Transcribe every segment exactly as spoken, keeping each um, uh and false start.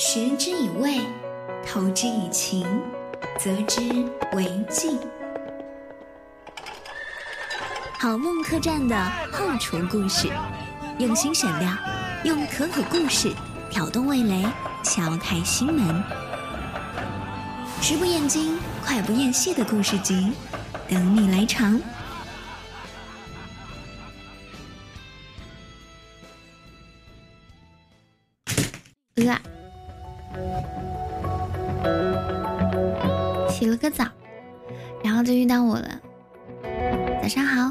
食之以味，投之以情，责之为敬。好梦客栈的后厨故事，用心选料，用可口故事挑动味蕾，敲开心门。食不厌精，快不厌细的故事集，等你来尝。呃，洗了个澡，然后就遇到我了。早上好，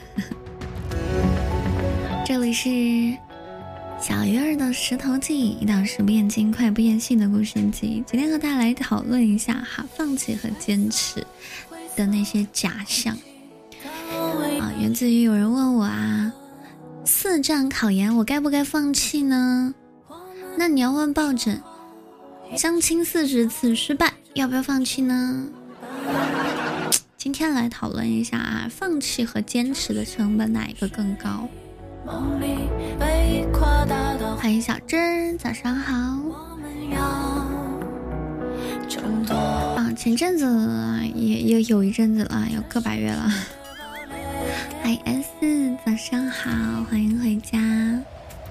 这里是小鱼儿的石头记，一档食不厌精快不厌细的故事集。今天和大家来讨论一下哈，放弃和坚持的那些假象啊，源自于有人问我啊，四战考研我该不该放弃呢？那你要问抱枕，相亲四十次失败，要不要放弃呢？今天来讨论一下啊，放弃和坚持的成本哪一个更高？欢迎小珍，早上好。啊，前阵子也也有一阵子了，有个把月了。嗨 S， 早上好，欢迎回家。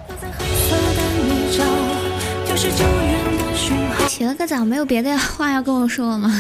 洗了个澡，没有别的话要跟我说了吗？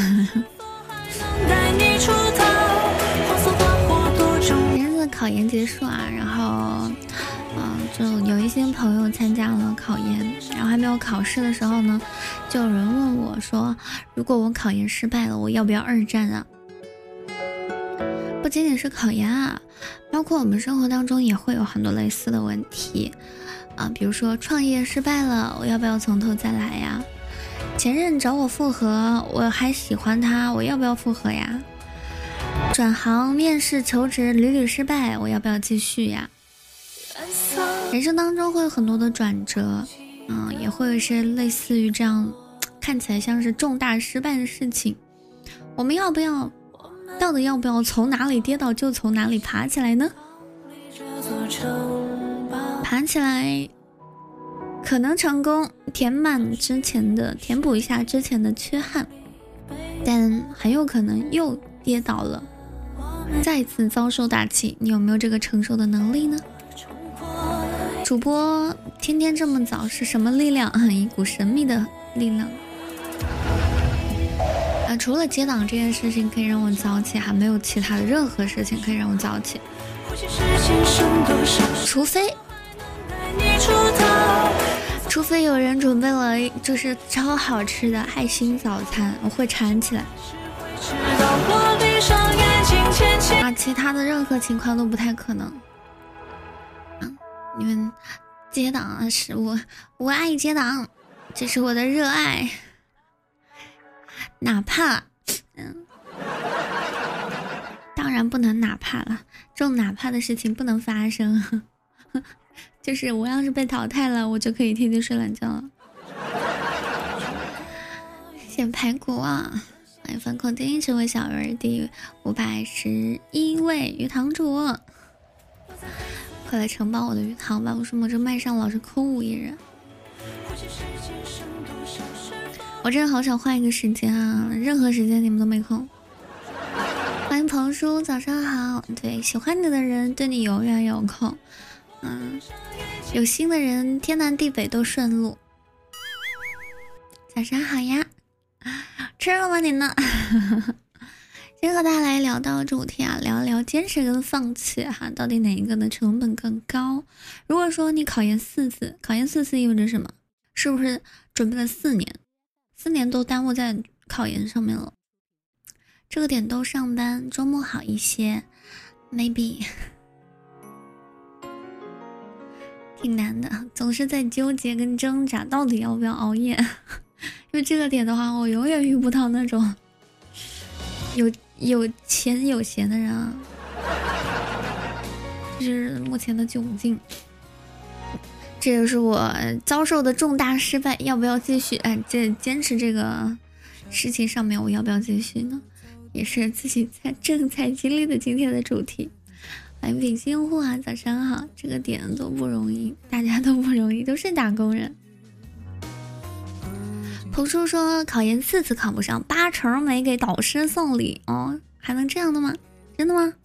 今天的考研结束啊，然后，嗯，就有一些朋友参加了考研，然后还没有考试的时候呢，就有人问我说，如果我考研失败了，我要不要二战啊？不仅仅是考研啊，包括我们生活当中也会有很多类似的问题啊，比如说创业失败了，我要不要从头再来呀？前任找我复合，我还喜欢他，我要不要复合呀？转行面试求职屡屡失败，我要不要继续呀？人生当中会有很多的转折，嗯，也会有一些类似于这样看起来像是重大失败的事情，我们要不要到底要不要从哪里跌倒就从哪里爬起来呢？爬起来可能成功填满之前的填补一下之前的缺憾，但很有可能又跌倒了，再次遭受打击，你有没有这个承受的能力呢？主播天天这么早是什么力量？一股神秘的力量啊！除了接档这件事情可以让我早起，还没有其他的任何事情可以让我早起，除非除非有人准备了就是超好吃的爱心早餐，我会馋起来啊，其他的任何情况都不太可能。嗯，你们接档啊，是我我爱接档，这是我的热爱，哪怕嗯，当然不能哪怕了，这种哪怕的事情不能发生。就是我要是被淘汰了，我就可以天天睡懒觉了。谢谢排骨啊！欢迎翻空第一成为小人第五百十一位鱼塘主，快来承包我的鱼塘吧！为什么这麦上老是空无一人？我真的好想换一个时间啊！任何时间你们都没空。欢迎彭叔，早上好。对，喜欢你的人对你永远有空。嗯，有心的人天南地北都顺路。早上好呀，吃了吗你呢？今天和大家来聊到主题啊，聊一聊坚持跟放弃哈，到底哪一个的成本更高？如果说你考研四次，考研四次意味着什么？是不是准备了四年，四年都耽误在考研上面了？这个点都上班，周末好一些 ，maybe。挺难的，总是在纠结跟挣扎，到底要不要熬夜？因为这个点的话，我永远遇不到那种有有钱有闲的人啊，这是目前的窘境。这也是我遭受的重大失败，要不要继续？哎，这坚持这个事情上面，我要不要继续呢？也是自己在正在经历的今天的主题。来品新户啊，早上好！这个点都不容易，大家都不容易，都是打工人。 彭叔说考研四次考不上，八成没给导师送礼哦，还能这样的吗？真的吗？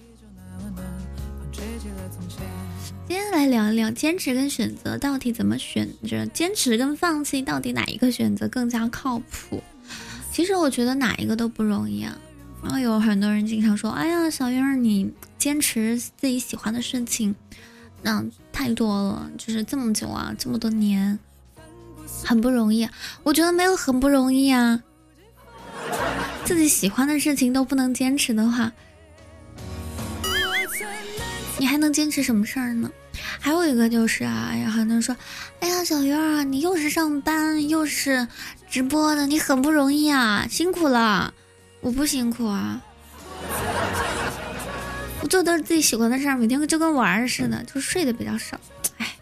今天来聊一聊坚持跟选择到底怎么选择，坚持跟放弃到底哪一个选择更加靠谱？其实我觉得哪一个都不容易啊。然后有很多人经常说，哎呀小鱼儿你坚持自己喜欢的事情那、嗯、太多了，就是这么久啊，这么多年很不容易。我觉得没有很不容易啊，自己喜欢的事情都不能坚持的话，你还能坚持什么事儿呢？还有一个就是啊，哎呀，很多人说，哎呀，小鱼儿啊，你又是上班又是直播的，你很不容易啊，辛苦了。我不辛苦啊，我做的是自己喜欢的事儿，每天就跟玩儿似的，就睡得比较少，哎，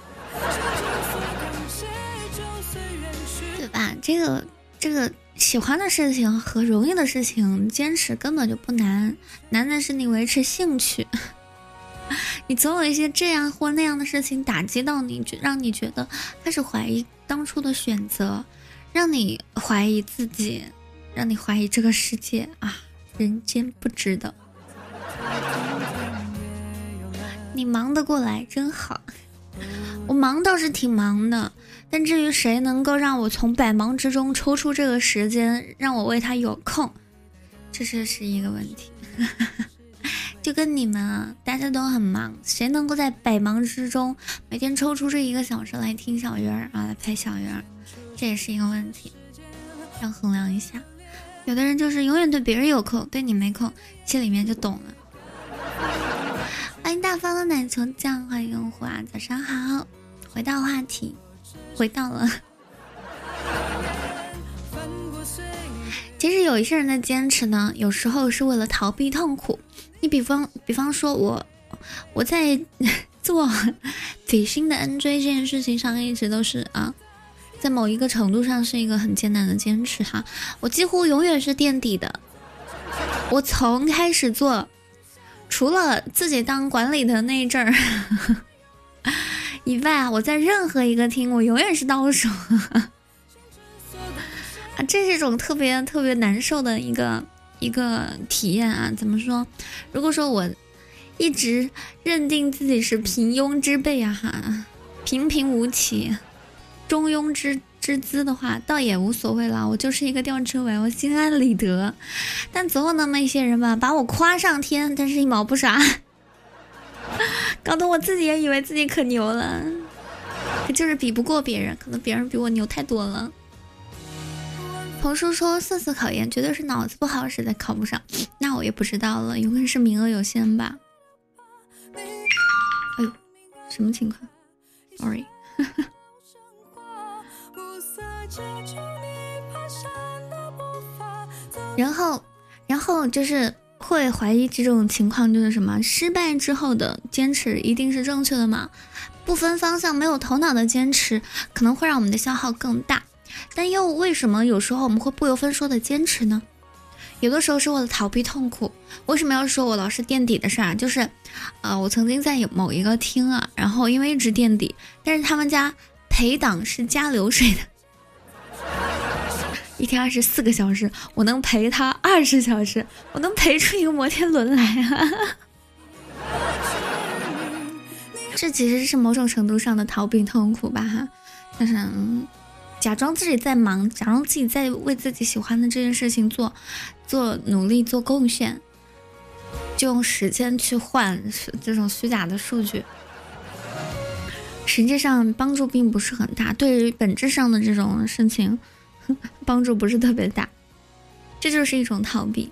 对吧？这个这个喜欢的事情和容易的事情，坚持根本就不难，难的是你维持兴趣。你总有一些这样或那样的事情打击到你，让你觉得开始怀疑当初的选择，让你怀疑自己，让你怀疑这个世界啊，人间不值得。你忙得过来真好，我忙倒是挺忙的，但至于谁能够让我从百忙之中抽出这个时间让我为他有空，这是是一个问题。就跟你们啊，大家都很忙，谁能够在百忙之中每天抽出这一个小时来听小鱼儿啊，来陪小鱼儿，这也是一个问题，要衡量一下。有的人就是永远对别人有空，对你没空，心里面就懂了。欢迎大方的奶球酱，欢迎用户啊，早上好。回到话题，回到了。其实有一些人的坚持呢，有时候是为了逃避痛苦。你比方比方说我我在做匪星的 N J 这件事情上一直都是啊，在某一个程度上是一个很艰难的坚持哈。我几乎永远是垫底的，我从开始做除了自己当管理的那一阵儿以外，我在任何一个厅我永远是倒数啊，这是一种特别特别难受的一个一个体验啊。怎么说，如果说我一直认定自己是平庸之辈啊哈，平平无奇中庸之之资的话，倒也无所谓了，我就是一个吊车尾，我心安理得。但总有那么一些人吧，把我夸上天，但是一毛不拔，搞得我自己也以为自己可牛了，可就是比不过别人，可能别人比我牛太多了。彭叔说四次考研绝对是脑子不好实在考不上，那我也不知道了，有可能是名额有限吧。哎呦，什么情况 ？Sorry 。然后，然后就是会怀疑这种情况就是什么？失败之后的坚持一定是正确的吗？不分方向、没有头脑的坚持，可能会让我们的消耗更大。但又为什么有时候我们会不由分说的坚持呢？有的时候是为了逃避痛苦。为什么要说我老是垫底的事儿？就是呃，我曾经在某一个厅啊，然后因为一直垫底，但是他们家陪档是加流水的，一天二十四个小时，我能陪他二十小时，我能陪出一个摩天轮来啊！这其实是某种程度上的逃避痛苦吧哈，但是、嗯、假装自己在忙，假装自己在为自己喜欢的这件事情做做努力做贡献，就用时间去换这种虚假的数据，实际上帮助并不是很大，对于本质上的这种事情帮助不是特别大，这就是一种逃避。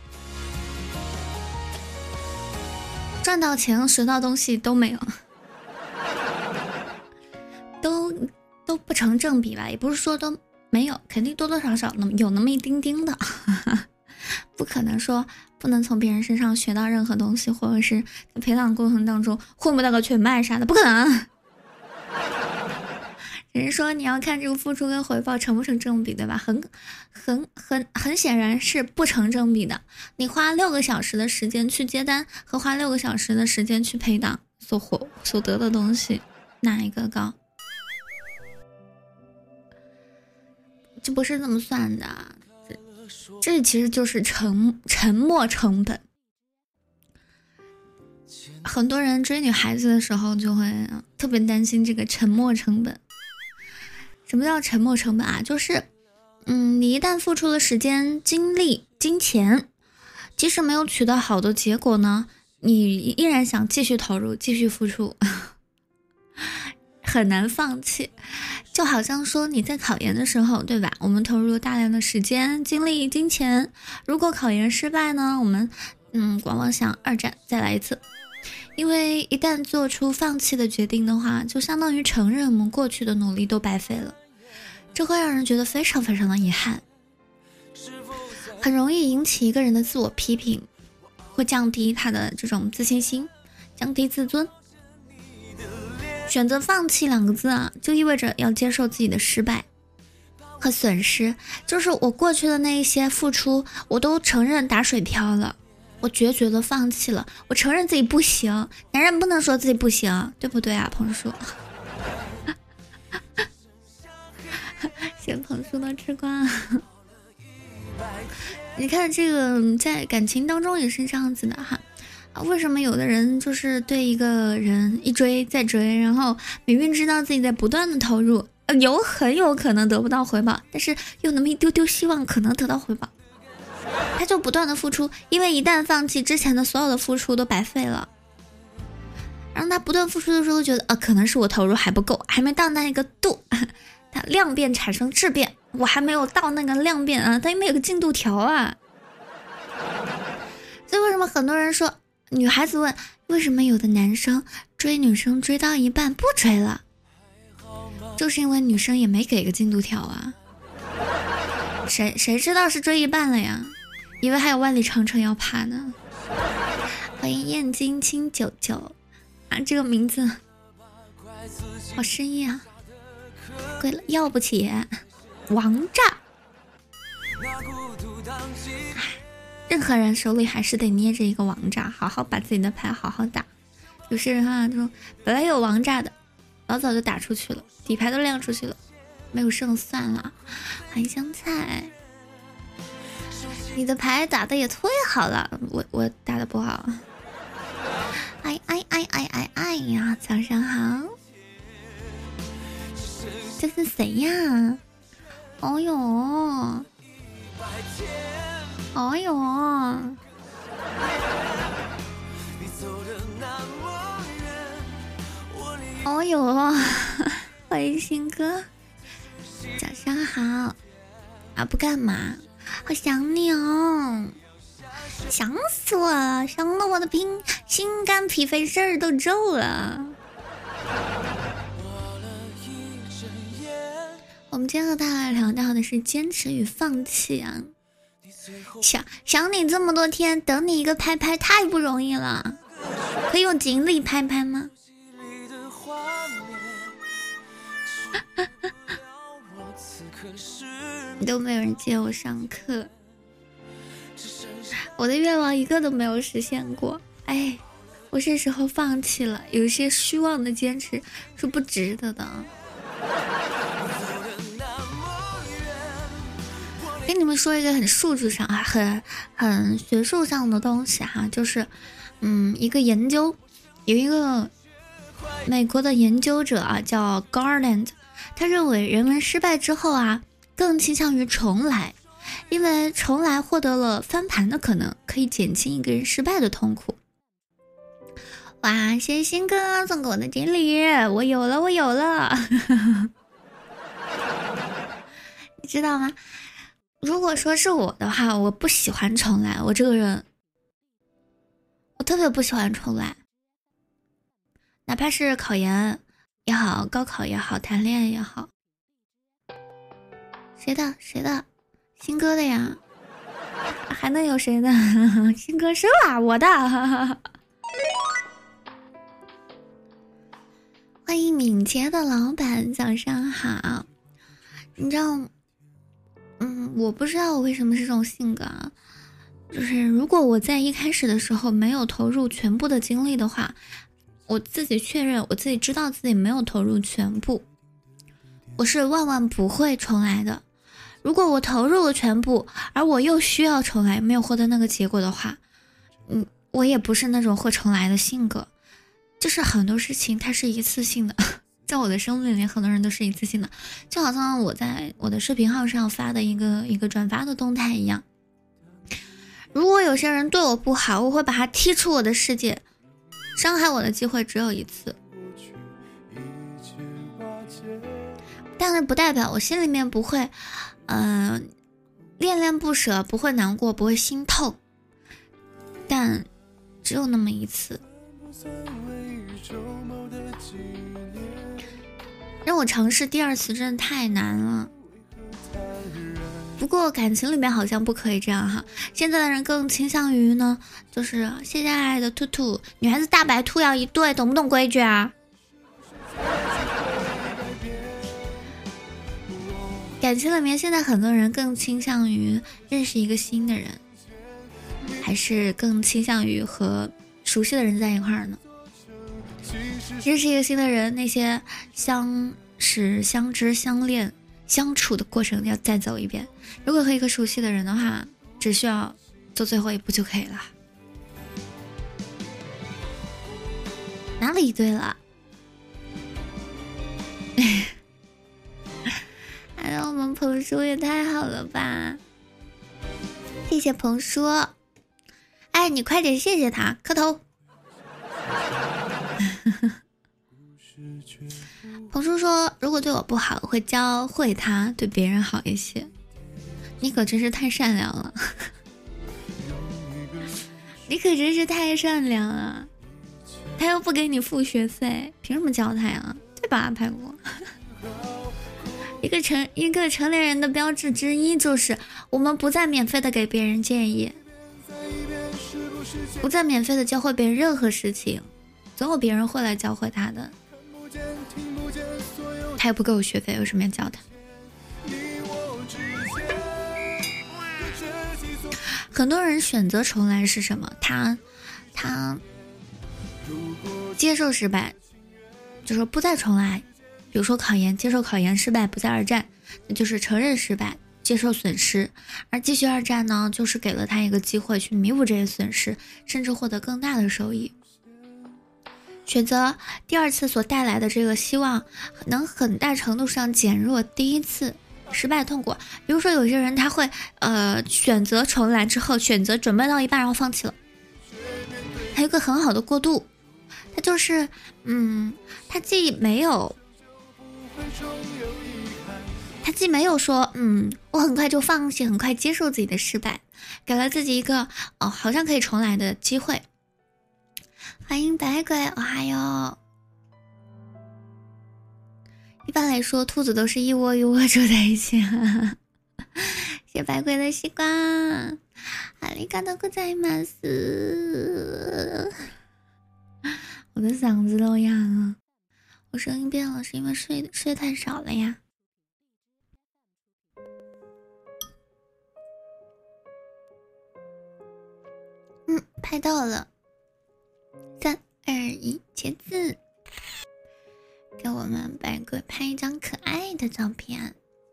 赚到钱学到东西都没有，都都不成正比吧，也不是说都没有，肯定多多少少有那么一丁丁的不可能说不能从别人身上学到任何东西，或者是在培养过程当中混不到个全麦啥的，不可能。人说你要看这个付出跟回报成不成正比，对吧？很很很很显然是不成正比的。你花六个小时的时间去接单和花六个小时的时间去陪档所获所得的东西哪一个高？ 这不是这么算的，这这其实就是沉沉默成本。很多人追女孩子的时候就会特别担心这个沉默成本。什么叫沉默成本啊？就是嗯，你一旦付出了时间、精力、金钱，即使没有取得好的结果呢，你依然想继续投入、继续付出，很难放弃。就好像说你在考研的时候，对吧？我们投入了大量的时间、精力、金钱，如果考研失败呢，我们嗯，往往想二战再来一次。因为一旦做出放弃的决定的话，就相当于承认我们过去的努力都白费了，这会让人觉得非常非常的遗憾，很容易引起一个人的自我批评，会降低他的这种自信心，降低自尊。选择放弃两个字啊，就意味着要接受自己的失败和损失，就是我过去的那一些付出，我都承认打水漂了，我决绝的放弃了，我承认自己不行。男人不能说自己不行，对不对啊，彭叔？谢谢彭叔的吃瓜。你看这个在感情当中也是这样子的哈。为什么有的人就是对一个人一追再追，然后明明知道自己在不断的投入，有很有可能得不到回报，但是有那么一丢丢希望可能得到回报，他就不断的付出，因为一旦放弃之前的所有的付出都白费了。然后他不断付出的时候觉得啊，可能是我投入还不够，还没到那个度，它量变产生质变，我还没有到那个量变啊，它又没有个进度条啊。所以为什么很多人说，女孩子问为什么有的男生追女生追到一半不追了，就是因为女生也没给个进度条啊。谁谁知道是追一半了呀？以为还有万里长城要爬呢。欢迎燕京清九九啊，这个名字好诗意啊。贵了要不起王炸。任何人手里还是得捏着一个王炸，好好把自己的牌好好打。有些人哈，就本来有王炸的，老早就打出去了，底牌都亮出去了，没有胜算了。欢迎香菜，你的牌打的也忒好了，我我打的不好。哎哎哎哎哎哎呀，早上好，这是谁呀？哦哟，哦哟，哦哟，欢迎新哥，早上好啊！不干嘛？好想你哦，想死我了，想得我的心心肝脾肺肾都皱了。我们今天和大家聊到的是坚持与放弃啊。想想你这么多天，等你一个拍拍太不容易了，可以用锦鲤拍拍吗？都没有人接我上课，我的愿望一个都没有实现过。哎，我是时候放弃了，有一些虚妄的坚持是不值得的。跟你们说一个很数据上啊，很很学术上的东西哈，就是嗯，一个研究，有一个美国的研究者啊，叫 Garland， 他认为人们失败之后啊，更倾向于重来，因为重来获得了翻盘的可能，可以减轻一个人失败的痛苦。哇，谢谢新哥送给我的锦鲤，我有了，我有了，你知道吗？如果说是我的话，我不喜欢重来，我这个人，我特别不喜欢重来，哪怕是考研也好，高考也好，谈恋爱也好。谁的？谁的？新哥的呀？还能有谁的？新哥是吧？我的。欢迎敏捷的老板，早上好。你知道，嗯，我不知道我为什么是这种性格啊。就是如果我在一开始的时候没有投入全部的精力的话，我自己确认，我自己知道自己没有投入全部，我是万万不会重来的。 如果我投入了全部，而我又需要重来，没有获得那个结果的话，嗯，我也不是那种会重来的性格。就是很多事情它是一次性的，在我的生命里很多人都是一次性的，就好像我在我的视频号上发的一个一个转发的动态一样。如果有些人对我不好，我会把他踢出我的世界，伤害我的机会只有一次，但是不代表我心里面不会嗯、呃，恋恋不舍，不会难过，不会心痛，但只有那么一次。让我尝试第二次真的太难了。不过感情里面好像不可以这样哈，现在的人更倾向于呢，就是谢谢爱的兔兔，女孩子大白兔要一对，懂不懂规矩啊？感情里面现在很多人更倾向于认识一个新的人，还是更倾向于和熟悉的人在一块儿呢？认识一个新的人，那些相识、相知、相恋、相处的过程要再走一遍。如果和一个熟悉的人的话，只需要做最后一步就可以了。哪里对了？哎呀，我们彭叔也太好了吧！谢谢彭叔，哎，你快点谢谢他，磕头。彭叔说，如果对我不好，我会教会他对别人好一些。你可真是太善良了，你可真是太善良了。他又不给你付学费，凭什么教他呀？对吧，排骨？一个成一个成年人的标志之一就是我们不再免费的给别人建议，不再免费的教会别人任何事情，总有别人会来教会他的。他又不给我学费，为什么要教他？很多人选择重来是什么？他他接受失败，就说不再重来。比如说考研，接受考研失败，不再二战，那就是承认失败，接受损失。而继续二战呢，就是给了他一个机会去弥补这些损失，甚至获得更大的收益。选择第二次所带来的这个希望，能很大程度上减弱第一次失败痛苦。比如说有些人他会呃选择重来之后，选择准备到一半然后放弃了，还有一个很好的过渡，他就是嗯，他既没有他既没有说嗯我很快就放弃，很快接受自己的失败，给了自己一个哦好像可以重来的机会。欢迎白鬼，哦嗨哟。一般来说兔子都是一窝一窝住在一起啊。谢谢白鬼的西瓜，阿里嘎多ございます。我的嗓子都哑了，我声音变了是因为睡睡太少了呀。嗯，拍到了。三二一，茄子，给我们白鬼拍一张可爱的照片。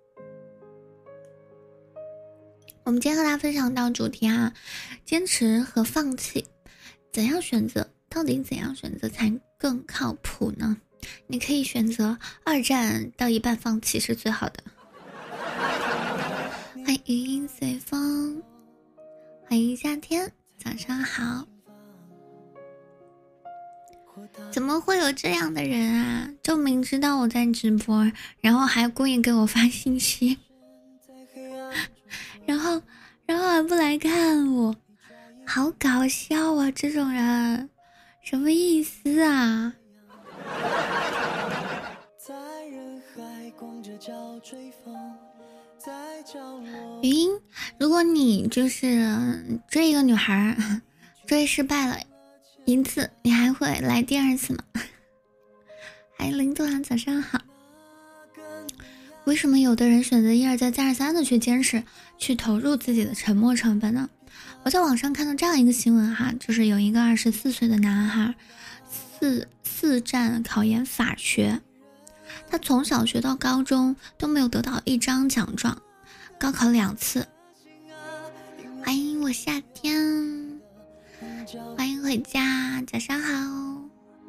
我们今天和大家分享到主题啊，坚持和放弃，怎样选择？到底怎样选择才更靠谱呢？你可以选择二战到一半放弃是最好的。欢迎云影随风，欢迎夏天，早上好。怎么会有这样的人啊？就明知道我在直播，然后还故意给我发信息，然后然后还不来看我，好搞笑啊！这种人什么意思啊？语音，如果你就是追一个女孩，追失败了一次，你还会来第二次吗？嗨，林多兰，早上好。为什么有的人选择一而再再而三的去坚持，去投入自己的沉没成本呢？我在网上看到这样一个新闻哈，就是有一个二十四岁的男孩，四四战考研法学，他从小学到高中都没有得到一张奖状， 高考两次。欢迎我夏天，欢迎回家，早上好。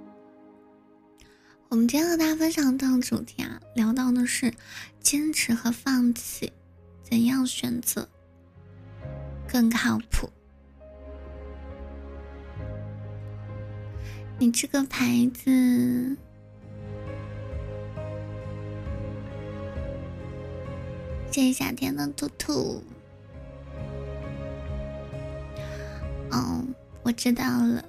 我们今天和大家分享的主题啊，聊到的是坚持和放弃，怎样选择更靠谱。你这个牌子谢谢夏天的兔兔。哦，我知道了。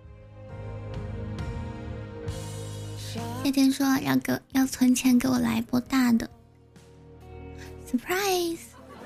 夏天说要给要存钱给我来一波大的 surprise。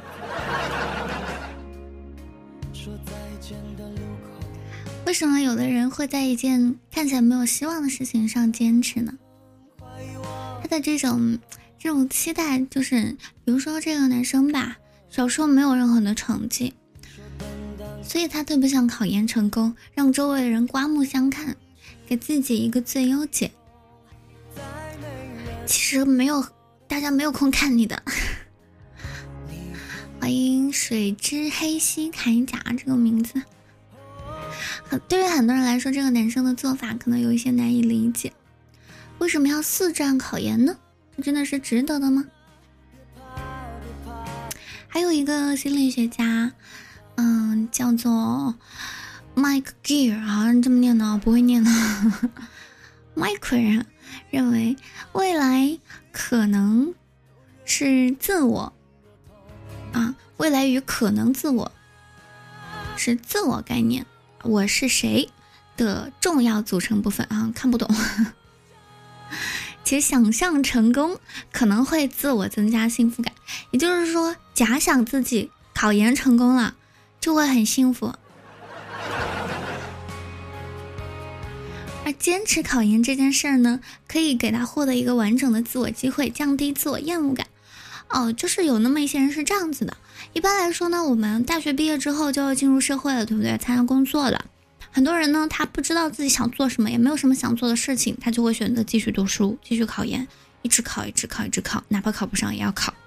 为什么有的人会在一件看起来没有希望的事情上坚持呢？他的这种这种期待就是，比如说这个男生吧，小时候没有任何的成绩，所以他特别想考研成功，让周围的人刮目相看，给自己一个最优解。其实没有，大家没有空看你的。欢迎水之黑西铠甲这个名字。对于很多人来说，这个男生的做法可能有一些难以理解。为什么要四战考研呢？这真的是值得的吗？还有一个心理学家，嗯，叫做 Mike Gear， 好像这么念的，不会念的。Mike 人认为未来可能是自我啊，未来与可能自我是自我概念，我是谁的重要组成部分啊，看不懂。其实想象成功可能会自我增加幸福感，也就是说假想自己考研成功了就会很幸福。而坚持考研这件事儿呢，可以给他获得一个完整的自我机会，降低自我厌恶感。哦，就是有那么一些人是这样子的。一般来说呢，我们大学毕业之后就要进入社会了，对不对？参加工作了。很多人呢，他不知道自己想做什么，也没有什么想做的事情，他就会选择继续读书，继续考研，一直考，一直考，一直考，哪怕考不上也要考。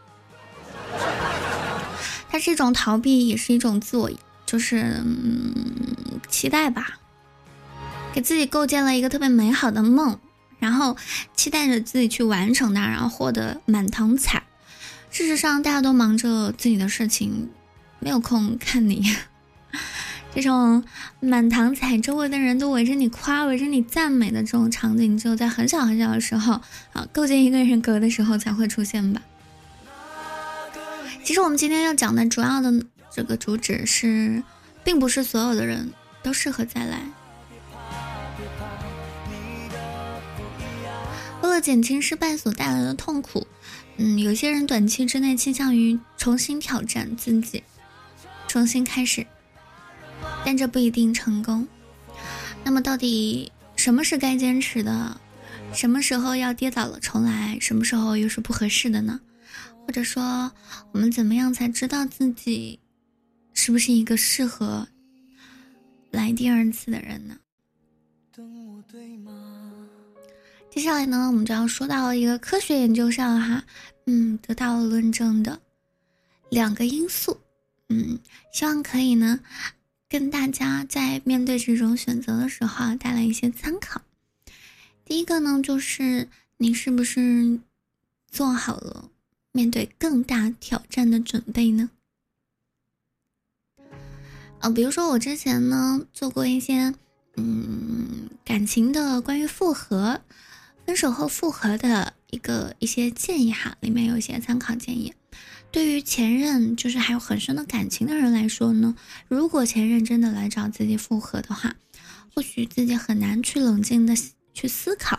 它是一种逃避，也是一种自我，就是嗯期待吧。给自己构建了一个特别美好的梦，然后期待着自己去完成它，然后获得满堂彩。事实上大家都忙着自己的事情，没有空看你。这种满堂彩，周围的人都围着你夸，围着你赞美的这种场景，只有在很小很小的时候啊，构建一个人格的时候才会出现吧。其实我们今天要讲的主要的这个主旨是，并不是所有的人都适合再来。为了减轻失败所带来的痛苦，嗯，有些人短期之内倾向于重新挑战自己，重新开始，但这不一定成功。那么到底什么是该坚持的？什么时候要跌倒了重来？什么时候又是不合适的呢？或者说我们怎么样才知道自己是不是一个适合来第二次的人呢？接下来呢，我们就要说到一个科学研究上哈，嗯，得到了论证的两个因素，嗯，希望可以呢，跟大家在面对这种选择的时候啊，带来一些参考。第一个呢，就是你是不是做好了面对更大挑战的准备呢？呃，比如说我之前呢做过一些嗯感情的关于复合。分手后复合的一个一些建议哈，里面有一些参考建议。对于前任就是还有很深的感情的人来说呢，如果前任真的来找自己复合的话，或许自己很难去冷静的去思考，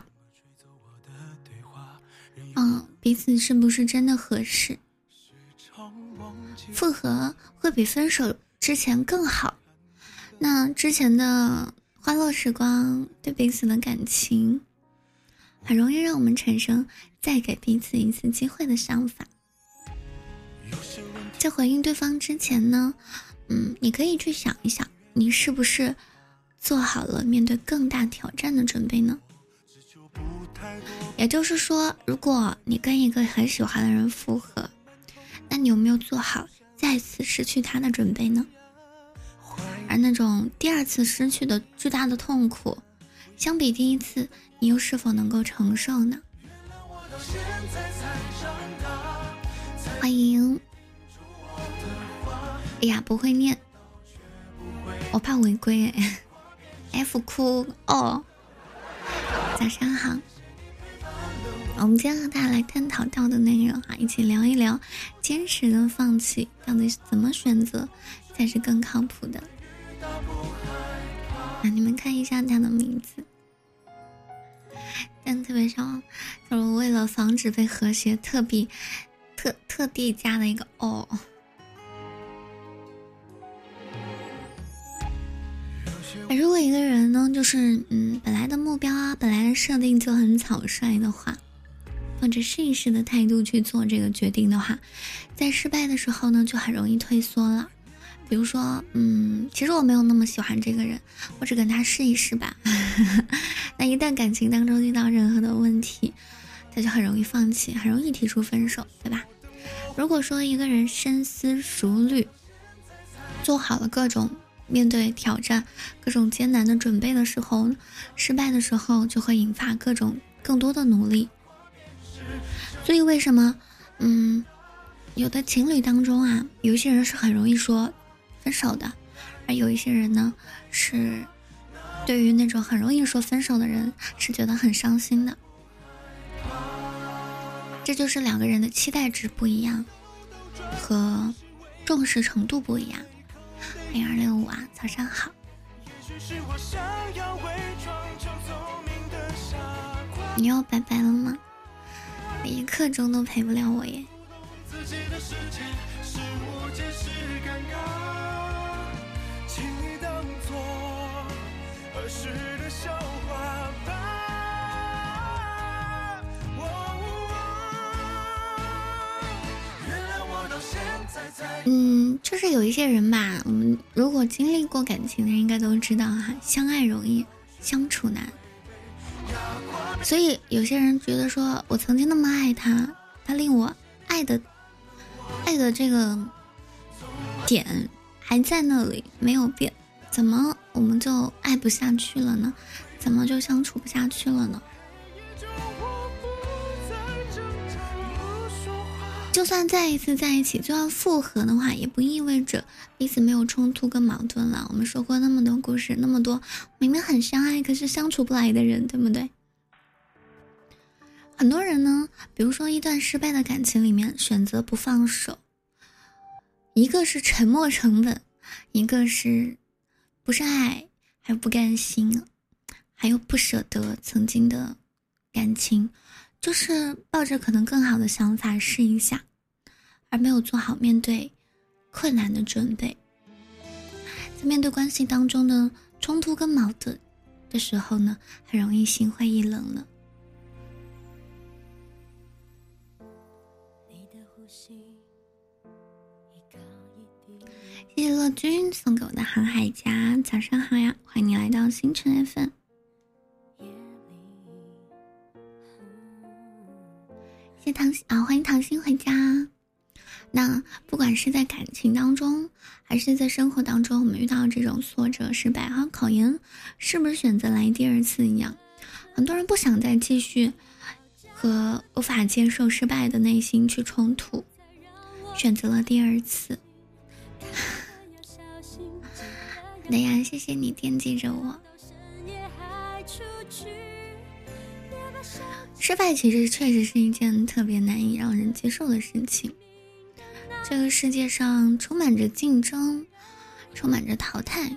嗯，彼此是不是真的合适。复合会比分手之前更好，那之前的欢乐时光对彼此的感情很容易让我们产生再给彼此一次机会的想法。在回应对方之前呢，嗯，你可以去想一想，你是不是做好了面对更大挑战的准备呢？也就是说，如果你跟一个很喜欢的人复合， 那你有没有做好再次失去他的准备呢？而那种第二次失去的巨大的痛苦，相比第一次，你又是否能够承受呢？欢迎，哎呀，不会念，我怕违规哎。F 哭哦，早上好。我们今天和大家来探讨到的内容哈，一起聊一聊坚持跟放弃到底是怎么选择才是更靠谱的。啊，你们看一下他的名字，但特别像就是为了防止被和谐，特地特特地加了一个哦。如果一个人呢，就是嗯，本来的目标啊，本来的设定就很草率的话，或者试一试的态度去做这个决定的话，在失败的时候呢，就很容易退缩了。比如说，嗯，其实我没有那么喜欢这个人，我只跟他试一试吧。那一旦感情当中遇到任何的问题，他就很容易放弃，很容易提出分手，对吧？如果说一个人深思熟虑，做好了各种面对挑战、各种艰难的准备的时候，失败的时候就会引发各种更多的努力。所以为什么，嗯，有的情侣当中啊，有一些人是很容易说分手的，而有一些人呢，是对于那种很容易说分手的人，是觉得很伤心的。这就是两个人的期待值不一样，和重视程度不一样。零二六五啊，早上好。你要拜拜了吗？一刻钟都陪不了我耶。嗯，就是有一些人吧，我们如果经历过感情的人应该都知道哈，相爱容易相处难。所以有些人觉得说，我曾经那么爱他，他令我爱的爱的这个点还在那里没有变，怎么我们就爱不下去了呢？怎么就相处不下去了呢？就算再一次在一起，就算复合的话，也不意味着彼此没有冲突跟矛盾了。我们说过那么多故事，那么多明明很相爱可是相处不来的人，对不对？很多人呢，比如说一段失败的感情里面选择不放手，一个是沉没成本，一个是不是爱，还有不甘心，还有不舍得曾经的感情，就是抱着可能更好的想法试一下，而没有做好面对困难的准备。在面对关系当中的冲突跟矛盾的时候呢，很容易心灰意冷了。谢谢乐君送给我的航海家，早上好呀，欢迎你来到星辰 F M。谢谢唐啊，欢迎唐心回家。那不管是在感情当中，还是在生活当中，我们遇到这种挫折、失败，好像考研是不是选择来第二次一样？很多人不想再继续和无法接受失败的内心去冲突，选择了第二次。对呀，谢谢你惦记着我。失败其实确实是一件特别难以让人接受的事情。这个世界上充满着竞争，充满着淘汰，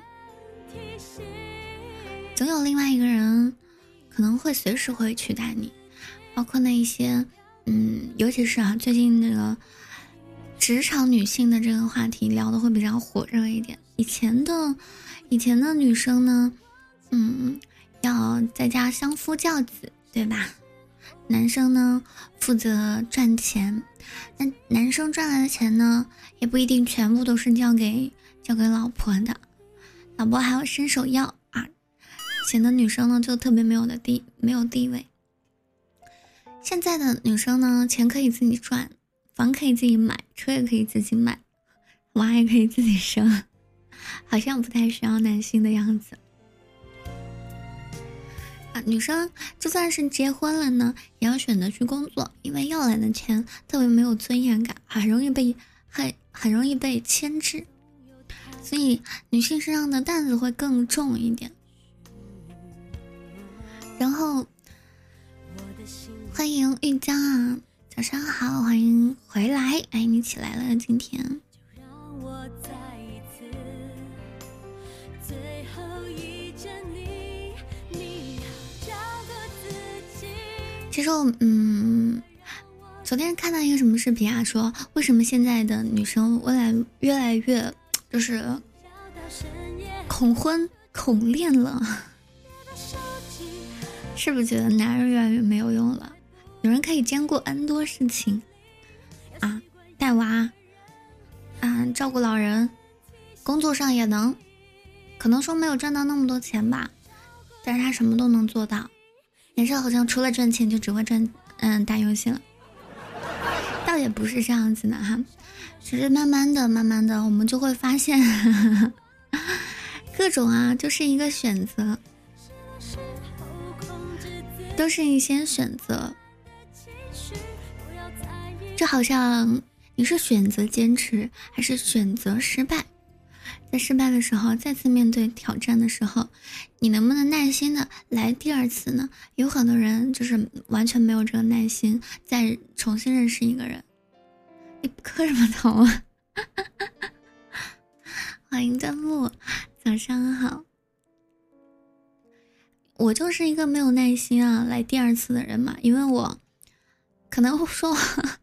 总有另外一个人可能会随时会取代你。包括那一些嗯，尤其是啊，最近这个职场女性的这个话题聊的会比较火热一点。以前的以前的女生呢，嗯，要在家相夫教子，对吧？男生呢负责赚钱，那男生赚来的钱呢，也不一定全部都是交给交给老婆的，老婆还要伸手要啊，显得女生呢就特别没有的地没有地位。现在的女生呢，钱可以自己赚， 房可以自己买，车也可以自己买，娃也可以自己生，好像不太需要男性的样子。啊，女生就算是结婚了呢，也要选择去工作，因为要来的钱特别没有尊严感，很容易被很很容易被牵制，所以女性身上的担子会更重一点。然后欢迎玉江啊，早上好，欢迎回来，哎，你起来了今天。其实我嗯，昨天看到一个什么视频啊，说为什么现在的女生未来越来越就是恐婚恐恋了，是不是觉得男人越来越没有用了？有人可以兼顾 N 多事情啊，带娃啊，照顾老人，工作上也能，可能说没有赚到那么多钱吧，但是他什么都能做到。也是好像除了赚钱就只会赚嗯打游戏了，倒也不是这样子的哈。其实慢慢的慢慢的我们就会发现呵呵各种啊就是一个选择，都是一些选择，就好像你是选择坚持还是选择失败。在失败的时候，再次面对挑战的时候，你能不能耐心的来第二次呢？有很多人就是完全没有这个耐心再重新认识一个人。你磕什么头啊？欢迎端木，早上好。我就是一个没有耐心啊来第二次的人嘛，因为我可能会说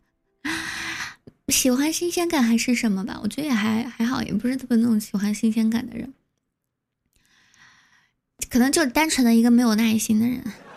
喜欢新鲜感还是什么吧，我觉得也还还好，也不是特别那种喜欢新鲜感的人，可能就是单纯的一个没有耐心的人。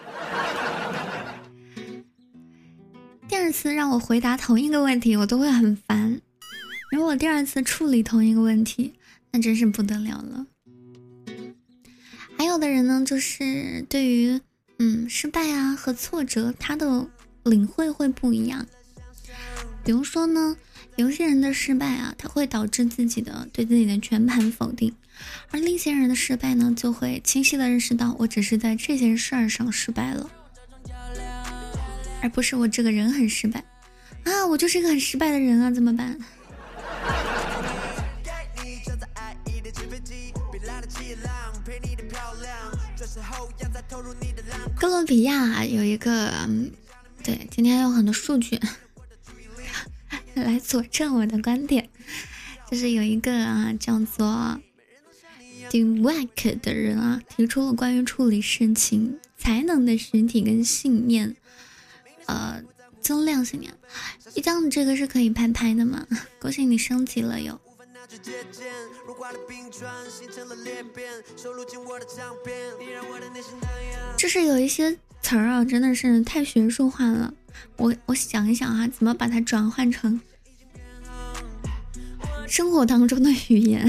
第二次让我回答同一个问题，我都会很烦。如果第二次处理同一个问题，那真是不得了了。还有的人呢，就是对于嗯失败啊和挫折，他的领会会不一样。比如说呢，有些人的失败啊，它会导致自己的对自己的全盘否定，而另一些人的失败呢，就会清晰的认识到，我只是在这件事儿上失败了，而不是我这个人很失败啊，我就是一个很失败的人啊，怎么办？哥伦比亚有一个，嗯、对，今天有很多数据来佐证我的观点，就是有一个啊叫做 Dweck 的人啊，提出了关于处理事情才能的实体跟信念，呃，增量信念。一张这个是可以拍拍的吗？恭喜你升级了哟。就是有一些词儿啊，真的是太学术化了。我我想一想啊，怎么把它转换成生活当中的语言。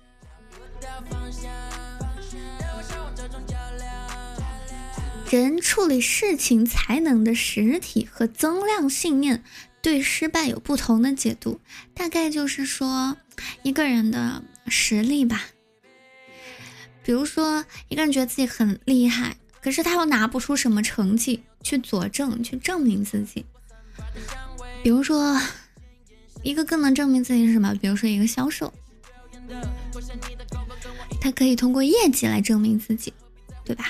人处理事情才能的实体和增量信念对失败有不同的解读，大概就是说一个人的实力吧。比如说一个人觉得自己很厉害，可是他又拿不出什么成绩去佐证去证明自己。比如说一个更能证明自己是什么，比如说一个销售，他可以通过业绩来证明自己，对吧？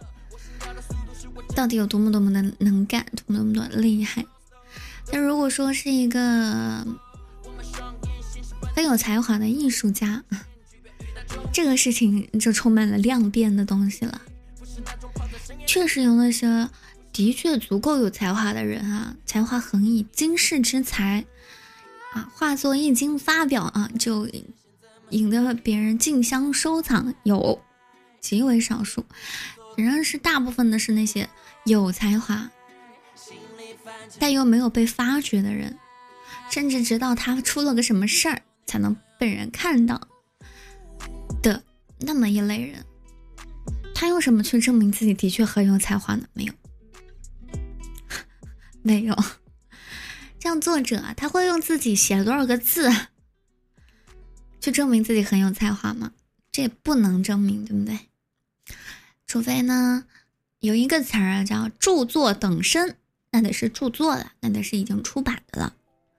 到底有多么多么的能干，多么多么的厉害。但如果说是一个很有才华的艺术家，这个事情就充满了量变的东西了。确实有那些的确足够有才华的人啊，才华横溢，惊世之才啊，画作一经发表啊，就引得别人竞相收藏，有极为少数。仍然是大部分的是那些有才华但又没有被发掘的人，甚至直到他出了个什么事儿才能被人看到的那么一类人。他用什么去证明自己的确很有才华呢？没有没有。 这样作者啊，他会用自己写了多少个字去证明自己很有才华吗？这也不能证明，对不对？除非呢有一个词儿啊叫著作等身，那得是著作了，那得是已经出版的了。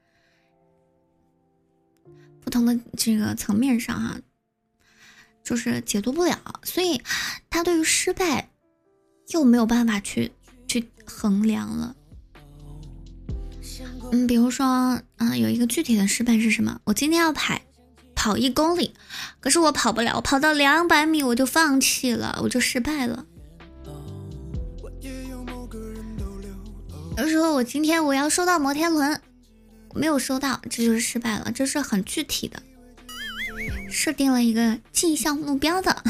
不同的这个层面上啊，就是解读不了，所以他对于失败又没有办法去去衡量了。嗯，比如说啊、呃，有一个具体的失败是什么？我今天要跑跑一公里，可是我跑不了，我跑到两百米我就放弃了，我就失败了。有时候我今天我要收到摩天轮，没有收到，这就是失败了，这是很具体的，设定了一个绩效目标的。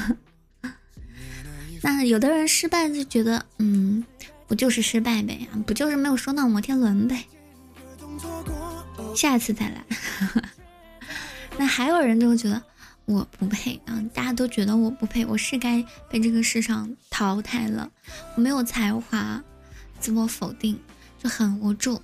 那有的人失败就觉得，嗯，不就是失败呗，不就是没有收到摩天轮呗，下次再来。那还有人就会觉得我不配啊，大家都觉得我不配，我是该被这个世上淘汰了，我没有才华，自我否定，就很无助。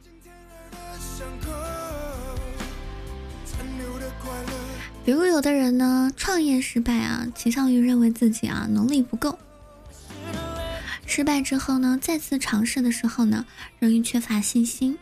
比如有的人呢，创业失败啊，倾向于认为自己啊能力不够，失败之后呢，再次尝试的时候呢，容易缺乏信心，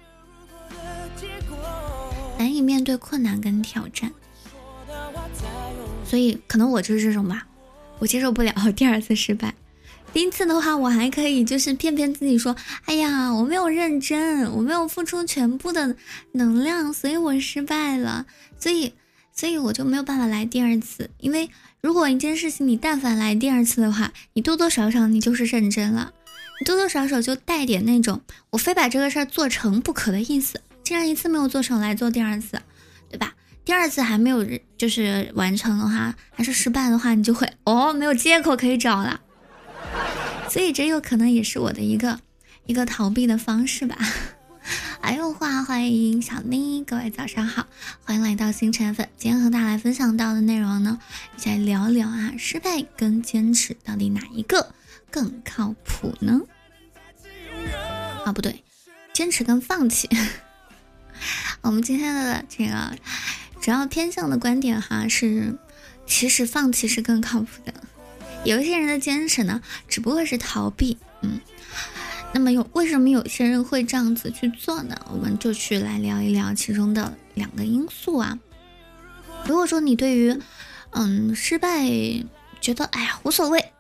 难以面对困难跟挑战。所以可能我就是这种吧，我接受不了第二次失败。第一次的话，我还可以就是骗骗自己说，哎呀，我没有认真，我没有付出全部的能量，所以我失败了。所以所以我就没有办法来第二次。因为如果一件事情你但凡来第二次的话，你多多少少你就是认真了，你多多少少就带点那种我非把这个事儿做成不可的意思。既然一次没有做成，来做第二次，对吧？第二次还没有就是完成的话，还是失败的话，你就会哦没有借口可以找了。所以这有可能也是我的一个一个逃避的方式吧。还有话，欢迎小妮，各位早上好，欢迎来到星辰粉。今天和大家来分享到的内容呢，一起来聊聊啊，失败跟坚持到底哪一个更靠谱呢？啊，不对，坚持跟放弃。我们今天的这个主要偏向的观点哈是，其实放弃是更靠谱的。有一些人的坚持呢，只不过是逃避，嗯。那么有为什么有些人会这样子去做呢？我们就去来聊一聊其中的两个因素啊。如果说你对于嗯失败觉得哎呀无所谓，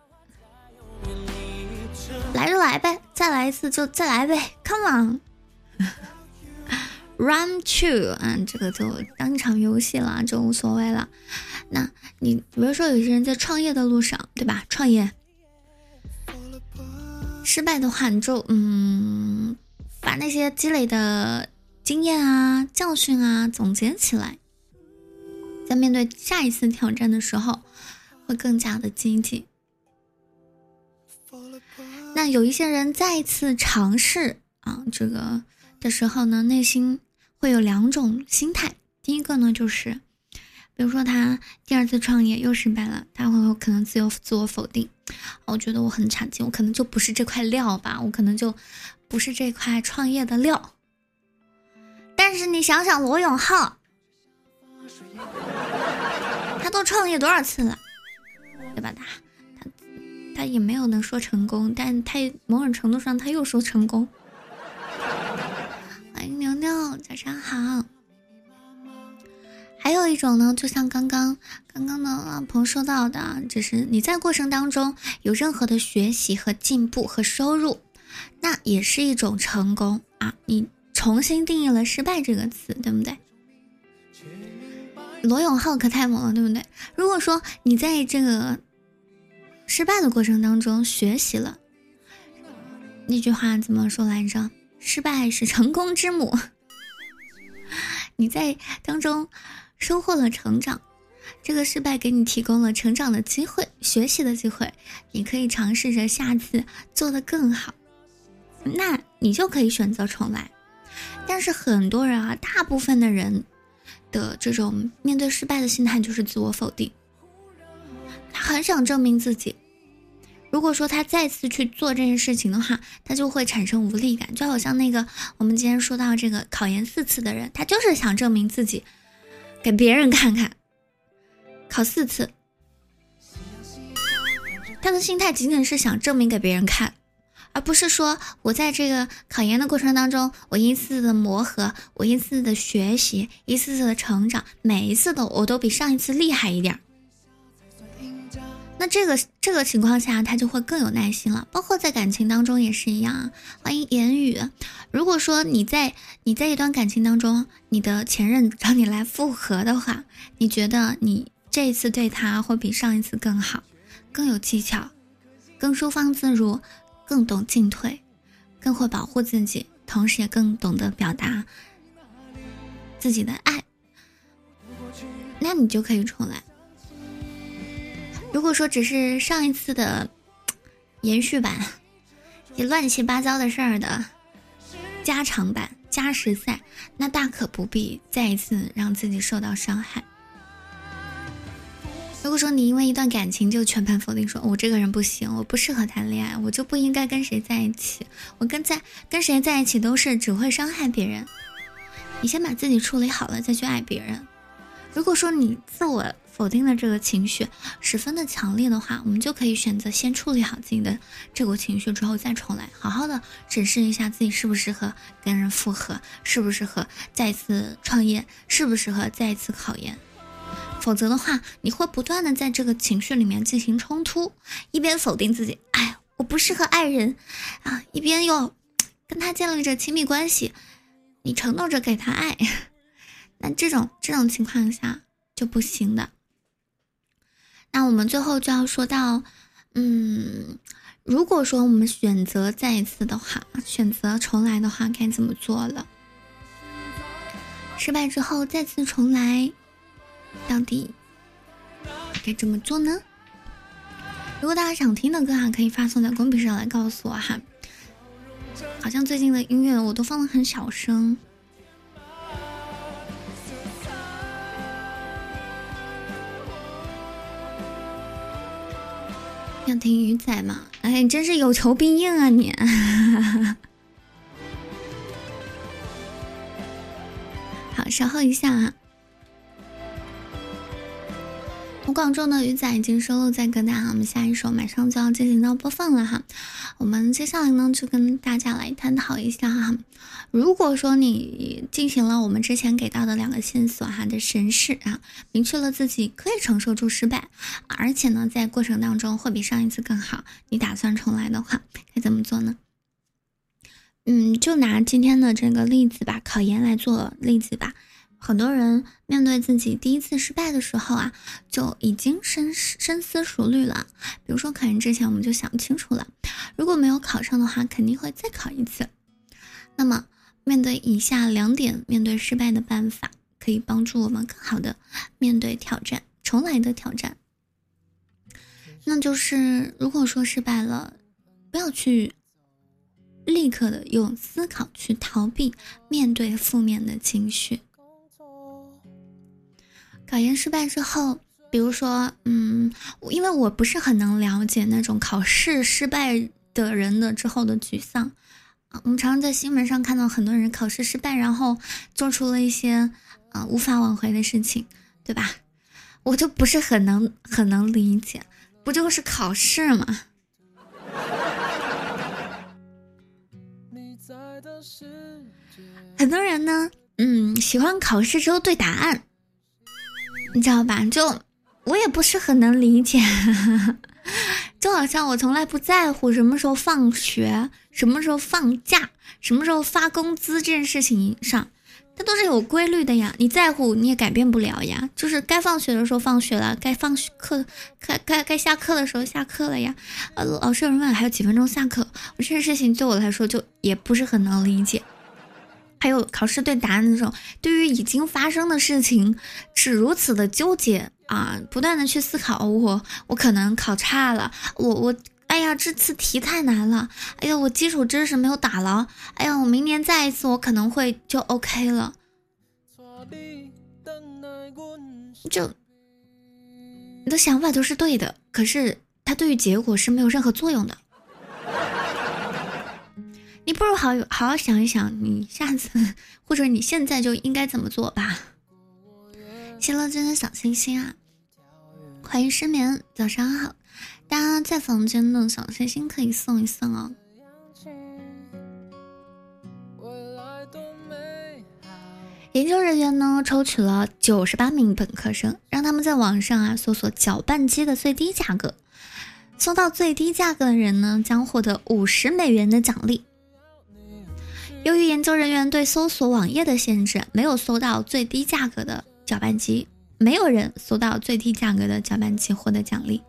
来就来呗，再来一次就再来呗 ，Come on。Round two 啊，这个就当一场游戏了，就无所谓了。那你比如说有些人在创业的路上，对吧？创业失败的话，你就嗯把那些积累的经验啊、教训啊总结起来，在面对下一次挑战的时候，会更加的积极。那有一些人再一次尝试啊这个的时候呢，内心会有两种心态。第一个呢，就是比如说他第二次创业又失败了，他会有可能自由自我否定，我觉得我很差劲，我可能就不是这块料吧，我可能就不是这块创业的料。但是你想想罗永浩，他都创业多少次了，对吧？他他他也没有能说成功，但他某种程度上他又说成功。欢迎牛牛，早上好。还有一种呢，就像刚刚刚刚的朋友说到的，就是你在过程当中有任何的学习和进步和收入，那也是一种成功啊！你重新定义了失败这个词，对不对？罗永浩可太猛了，对不对？如果说你在这个失败的过程当中学习了，那句话怎么说来着？失败是成功之母。你在当中收获了成长，这个失败给你提供了成长的机会、学习的机会，你可以尝试着下次做得更好，那你就可以选择重来。但是很多人啊，大部分的人的这种面对失败的心态就是自我否定，他很想证明自己， 如果说他再次去做这件事情的话，他就会产生无力感，就好像那个我们今天说到这个考研四次的人，他就是想证明自己给别人看看，考四次，他的心态仅仅是想证明给别人看，而不是说我在这个考研的过程当中，我一次的磨合，我一次的学习，一次次的成长，每一次的我都比上一次厉害一点。那这个这个情况下他就会更有耐心了，包括在感情当中也是一样啊。欢迎言语，如果说你在你在一段感情当中，你的前任找你来复合的话，你觉得你这一次对他会比上一次更好，更有技巧，更收放自如，更懂进退，更会保护自己，同时也更懂得表达自己的爱，那你就可以重来。如果说只是上一次的延续版，也乱七八糟的事儿的加长版加时赛，那大可不必再一次让自己受到伤害。如果说你因为一段感情就全盘否定，说我这个人不行，我不适合谈恋爱，我就不应该跟谁在一起，我跟在跟谁在一起都是只会伤害别人，你先把自己处理好了再去爱别人。如果说你自我否定的这个情绪十分的强烈的话，我们就可以选择先处理好自己的这股情绪之后再重来，好好的审视一下自己适不适合跟人复合，适不适合再次创业，适不适合再次考研。否则的话，你会不断的在这个情绪里面进行冲突，一边否定自己，哎，我不适合爱人啊，一边又跟他建立着亲密关系，你承诺着给他爱，那这种这种情况下就不行的。那我们最后就要说到，嗯，如果说我们选择再一次的话，选择重来的话，该怎么做了？失败之后再次重来，到底该怎么做呢？如果大家想听的歌啊，可以发送在公屏上来告诉我哈。好像最近的音乐我都放得很小声。要听鱼仔吗？哎，你真是有求必应啊你！好，稍后一下啊。我广州的鱼仔已经收录在歌单，我们下一首马上就要进行到播放了哈。我们接下来呢，就跟大家来探讨一下哈。如果说你进行了我们之前给到的两个线索哈的审视啊，明确了自己可以承受住失败，而且呢，在过程当中会比上一次更好，你打算重来的话，该怎么做呢？嗯，就拿今天的这个例子吧，考研来做例子吧。很多人面对自己第一次失败的时候啊，就已经深深思熟虑了。比如说考研之前我们就想清楚了，如果没有考上的话，肯定会再考一次。那么面对以下两点面对失败的办法，可以帮助我们更好的面对挑战，重来的挑战。那就是如果说失败了，不要去立刻的用思考去逃避面对负面的情绪。考研失败之后，比如说嗯，因为我不是很能了解那种考试失败的人的之后的沮丧啊，我们常常在新闻上看到很多人考试失败，然后做出了一些啊、呃、无法挽回的事情，对吧？我就不是很能很能理解，不就是考试吗？很多人呢，嗯，喜欢考试之后对答案，你知道吧？就我也不是很能理解，就好像我从来不在乎什么时候放学，什么时候放假，什么时候发工资这件事情上，它都是有规律的呀。你在乎你也改变不了呀，就是该放学的时候放学了，该放课该该该下课的时候下课了呀。呃，老师有人问还有几分钟下课，我这件事情对我来说就也不是很能理解。还有考试对答案的时候，对于已经发生的事情是如此的纠结啊，不断的去思考，我我可能考差了，我我哎呀这次题太难了，哎呀我基础知识没有打牢，哎呀我明年再一次我可能会就 OK 了。就你的想法都是对的，可是它对于结果是没有任何作用的。你不如好好好想一想，你下次或者你现在就应该怎么做吧。谢乐君的小星星啊，欢迎失眠，早上好。大家在房间的小星星可以送一送哦。研究人员呢抽取了九十八名本科生，让他们在网上啊搜索搅拌机的最低价格，搜到最低价格的人呢将获得五十美元的奖励。由于研究人员对搜索网页的限制，没有搜到最低价格的搅拌机，没有人搜到最低价格的搅拌机获得奖励。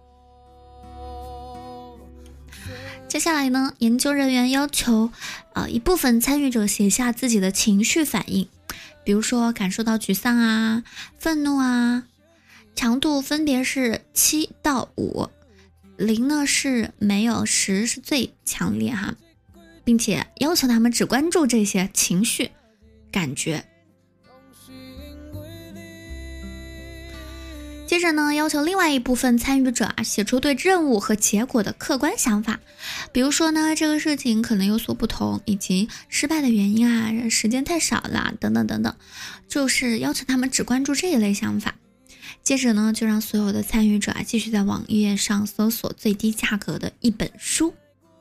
接下来呢，研究人员要求呃一部分参与者写下自己的情绪反应，比如说感受到沮丧啊、愤怒啊，强度分别是七到五，零呢是没有，十是最强烈哈，并且要求他们只关注这些情绪感觉。接着呢，要求另外一部分参与者啊写出对任务和结果的客观想法，比如说呢，这个事情可能有所不同，以及失败的原因啊，时间太少了等等等等，就是要求他们只关注这一类想法。接着呢，就让所有的参与者啊继续在网页上搜索最低价格的一本书。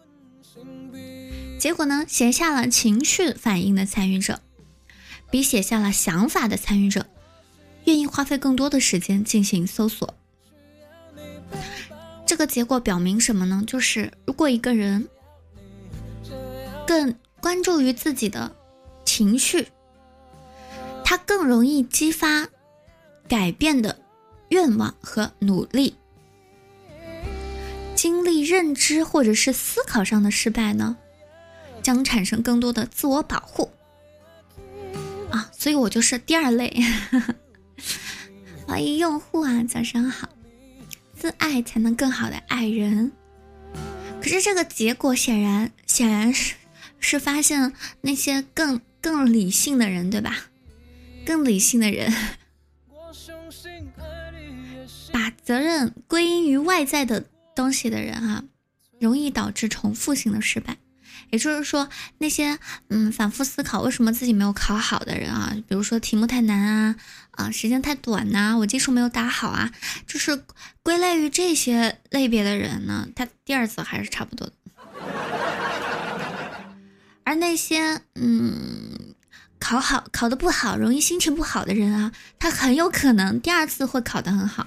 结果呢，写下了情绪反应的参与者，比写下了想法的参与者愿意花费更多的时间进行搜索。这个结果表明什么呢？就是如果一个人更关注于自己的情绪，他更容易激发改变的愿望和努力。经历认知或者是思考上的失败呢，将产生更多的自我保护啊，所以我就是第二类。欢迎用户啊，早上好。自爱才能更好的爱人，可是这个结果显然显然是是发现那些更更理性的人，对吧？更理性的人把责任归因于外在的东西的人啊，容易导致重复性的失败。也就是说，那些嗯反复思考为什么自己没有考好的人啊，比如说题目太难啊，啊时间太短呐、啊，我基础没有打好啊，就是归类于这些类别的人呢，他第二次还是差不多的。而那些嗯考好考得不好，容易心情不好的人啊，他很有可能第二次会考得很好，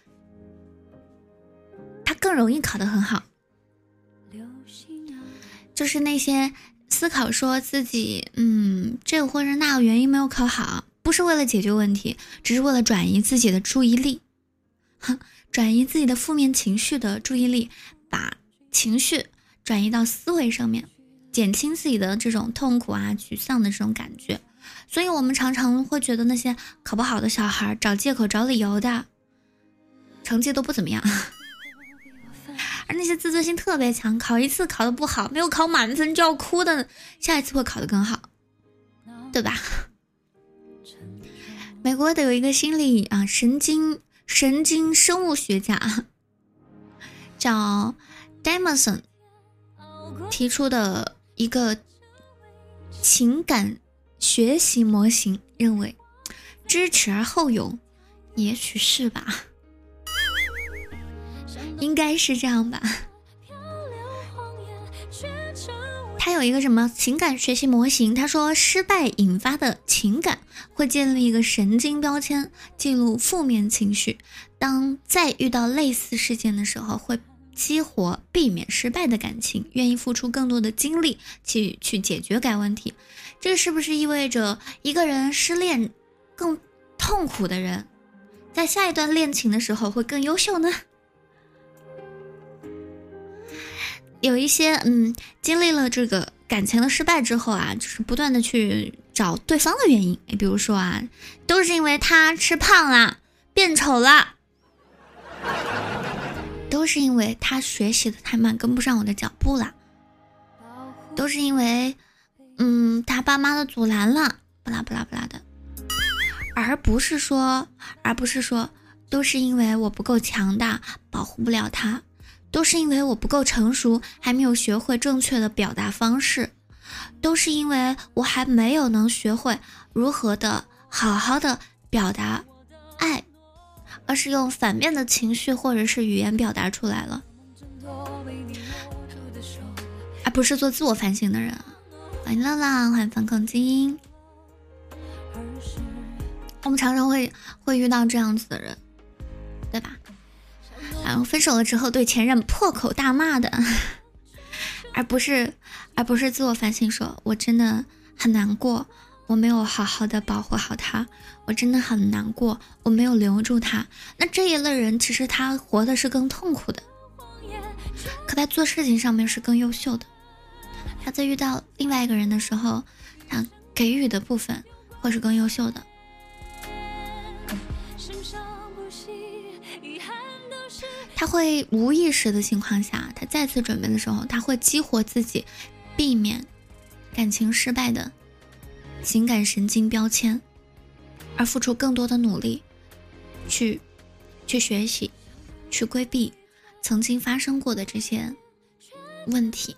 他更容易考得很好。就是那些思考说自己嗯这个或者那个原因没有考好，不是为了解决问题，只是为了转移自己的注意力，转移自己的负面情绪的注意力，把情绪转移到思维上面，减轻自己的这种痛苦啊沮丧的这种感觉。所以我们常常会觉得那些考不好的小孩找借口找理由的成绩都不怎么样，而那些自尊心特别强，考一次考得不好，没有考满分就要哭的，下一次会考得更好，对吧？美国的有一个心理啊神经神经生物学家叫 Damerson 提出的一个情感学习模型，认为知耻而后勇，也许是吧，应该是这样吧。他有一个什么情感学习模型，他说失败引发的情感会建立一个神经标签，记录负面情绪，当再遇到类似事件的时候，会激活避免失败的感情，愿意付出更多的精力去去解决该问题。这是不是意味着一个人失恋更痛苦的人，在下一段恋情的时候会更优秀呢？有一些嗯，经历了这个感情的失败之后啊，就是不断的去找对方的原因，比如说啊，都是因为他吃胖了，变丑了，都是因为他学习的太慢，跟不上我的脚步了，都是因为嗯，他爸妈的阻拦了，不啦不啦不啦的，而不是说，而不是说，都是因为我不够强大，保护不了他。 都是因为我不够成熟，还没有学会正确的表达方式，都是因为我还没有能学会如何的好好的表达爱，而是用反面的情绪或者是语言表达出来了，而不是做自我反省的人。欢迎浪浪，欢迎反恐基因。我们常常会会遇到这样子的人，对吧？然后分手了之后对前任破口大骂的，而不是而不是自我反省，说我真的很难过，我没有好好的保护好他，我真的很难过，我没有留住他。那这一类人其实他活的是更痛苦的，可他做事情上面是更优秀的。他在遇到另外一个人的时候，他给予的部分会是更优秀的。他会无意识的情况下，他再次准备的时候，他会激活自己，避免感情失败的情感神经标签，而付出更多的努力去去学习，去规避曾经发生过的这些问题。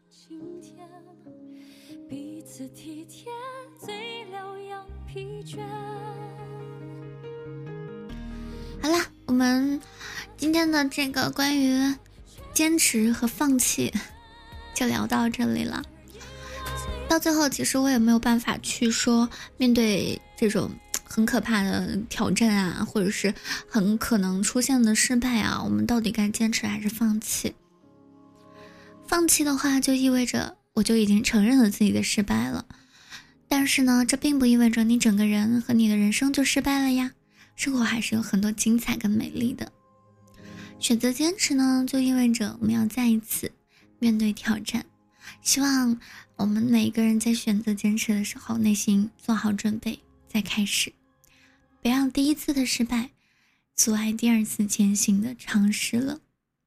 好啦，我们今天的这个关于坚持和放弃就聊到这里了。到最后其实我也没有办法去说，面对这种很可怕的挑战啊，或者是很可能出现的失败啊，我们到底该坚持还是放弃？放弃的话就意味着我就已经承认了自己的失败了，但是呢，这并不意味着你整个人和你的人生就失败了呀，生活还是有很多精彩跟美丽的。选择坚持呢，就意味着我们要再一次面对挑战。希望我们每一个人在选择坚持的时候，内心做好准备再开始，别让第一次的失败阻碍第二次前行的尝试了。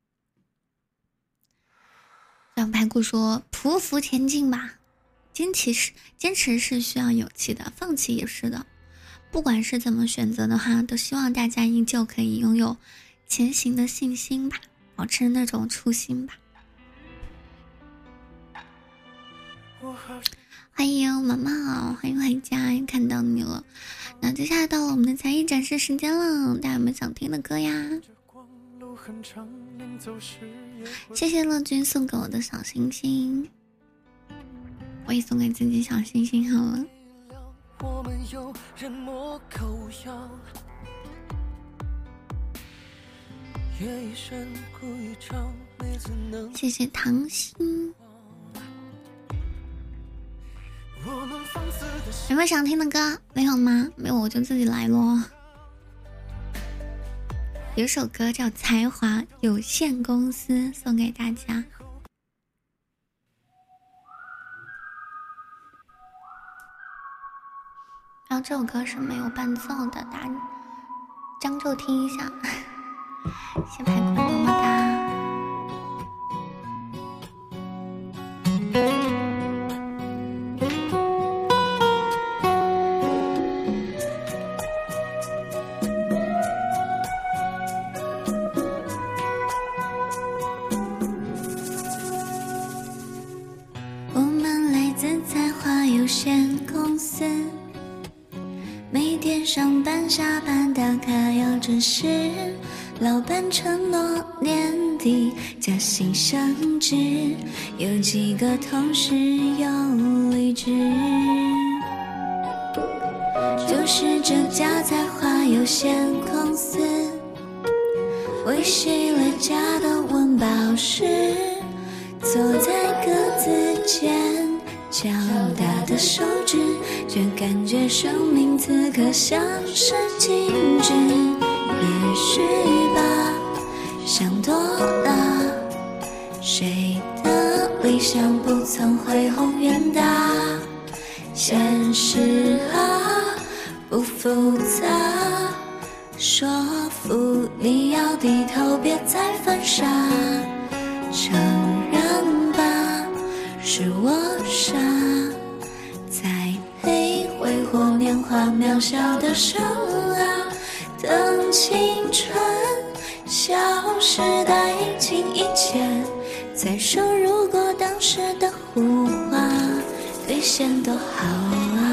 让排骨说匍匐前进吧，坚持是坚持是需要勇气的，放弃也是的。不管是怎么选择的话，都希望大家依旧可以拥有前行的信心吧，保持那种初心吧。欢迎毛毛，欢迎回家，又看到你了。那接下来到了我们的才艺展示时间了，大家有没有想听的歌呀？谢谢乐君送给我的小星星，我也送给自己小星星好了。我们有人莫口药，夜一声故一场，每次能谢谢糖心。有没有想听的歌？没有吗？没有我就自己来咯。有首歌叫《才华有限公司》，送给大家。然后这首歌是没有伴奏的，大家将就听一下。谢排骨么么哒。我们来自才华有限公司，每天上班下班打卡要准时，老板承诺年底加薪升职，有几个同事要离职，就是这家才华有限公司，维系了家的温饱时，坐在格子间较大的手指，却感觉生命此刻像是静止。也许吧，想多了，谁的理想不曾恢宏远大？现实啊，不复杂，说服你要低头，别再犯傻。承认吧，是我傻，才配挥霍年华渺小的生啊。等青春消失殆尽，一现多好啊。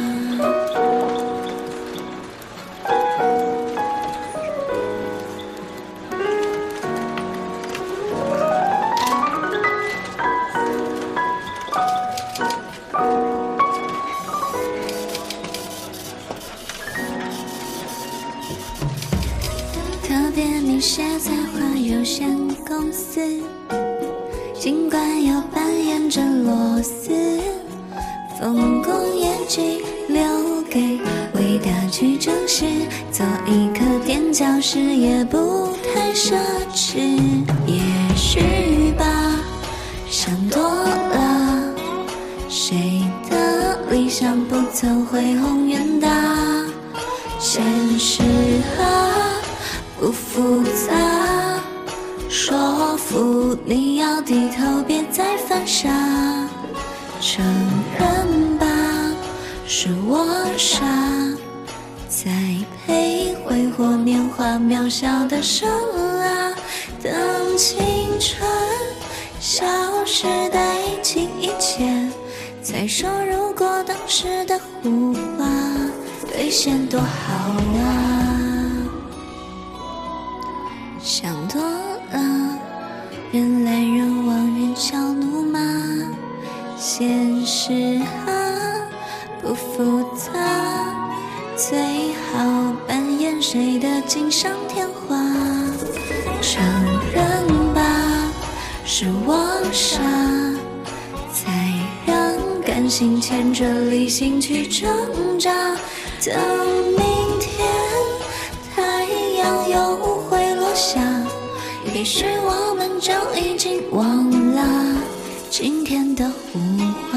特别你写在华有限公司，尽管要扮演着螺丝，丰功业绩留给伟大去正视，做一颗垫脚石也不太奢侈。也许吧，想多了，谁的理想不曾恢宏远大？现实啊不复杂，说服你要低头，别再犯傻。承认吧，是我傻，栽培挥霍年华渺小的生啊。等青春消失殆尽一切，再说如果当时的胡话兑现多好啊。想多了，人来人往，人笑怒骂。现实啊不复杂，最好扮演谁的锦上添花。承认吧，是我傻，才让感性牵着理性去挣扎。等明天太阳又会落下，也许我们就已经忘了今天的胡话。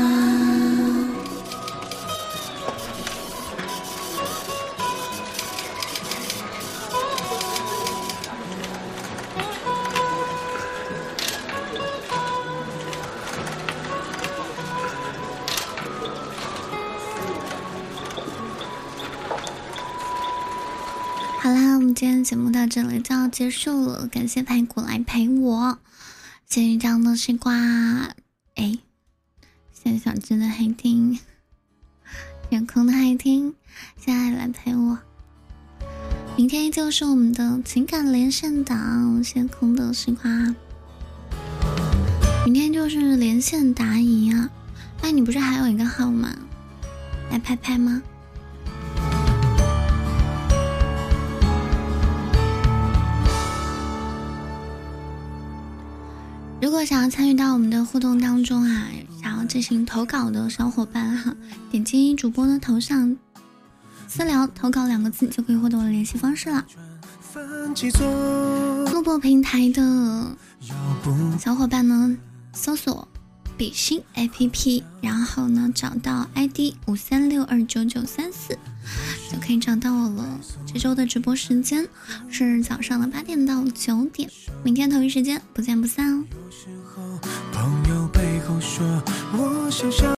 好啦，我们今天节目到这里就要结束了，感谢排骨来陪我，谢谢这样的西瓜，哎，谢谢小智的黑听，天空的黑听，现在来陪我。明天依旧是我们的情感连线档，谢谢空的西瓜。明天就是连线答疑啊，哎，你不是还有一个号吗？来拍拍吗？如果想要参与到我们的互动当中啊，想要进行投稿的小伙伴哈、啊，点击主播的头像私聊投稿两个字就可以获得我的联系方式了。录播平台的小伙伴呢，搜索比心 A P P， 然后呢找到 I D 五三六二九九三四就可以找到我了。这周的直播时间是早上的八点到九点，明天同一时间不见不散哦。朋友背后说我想想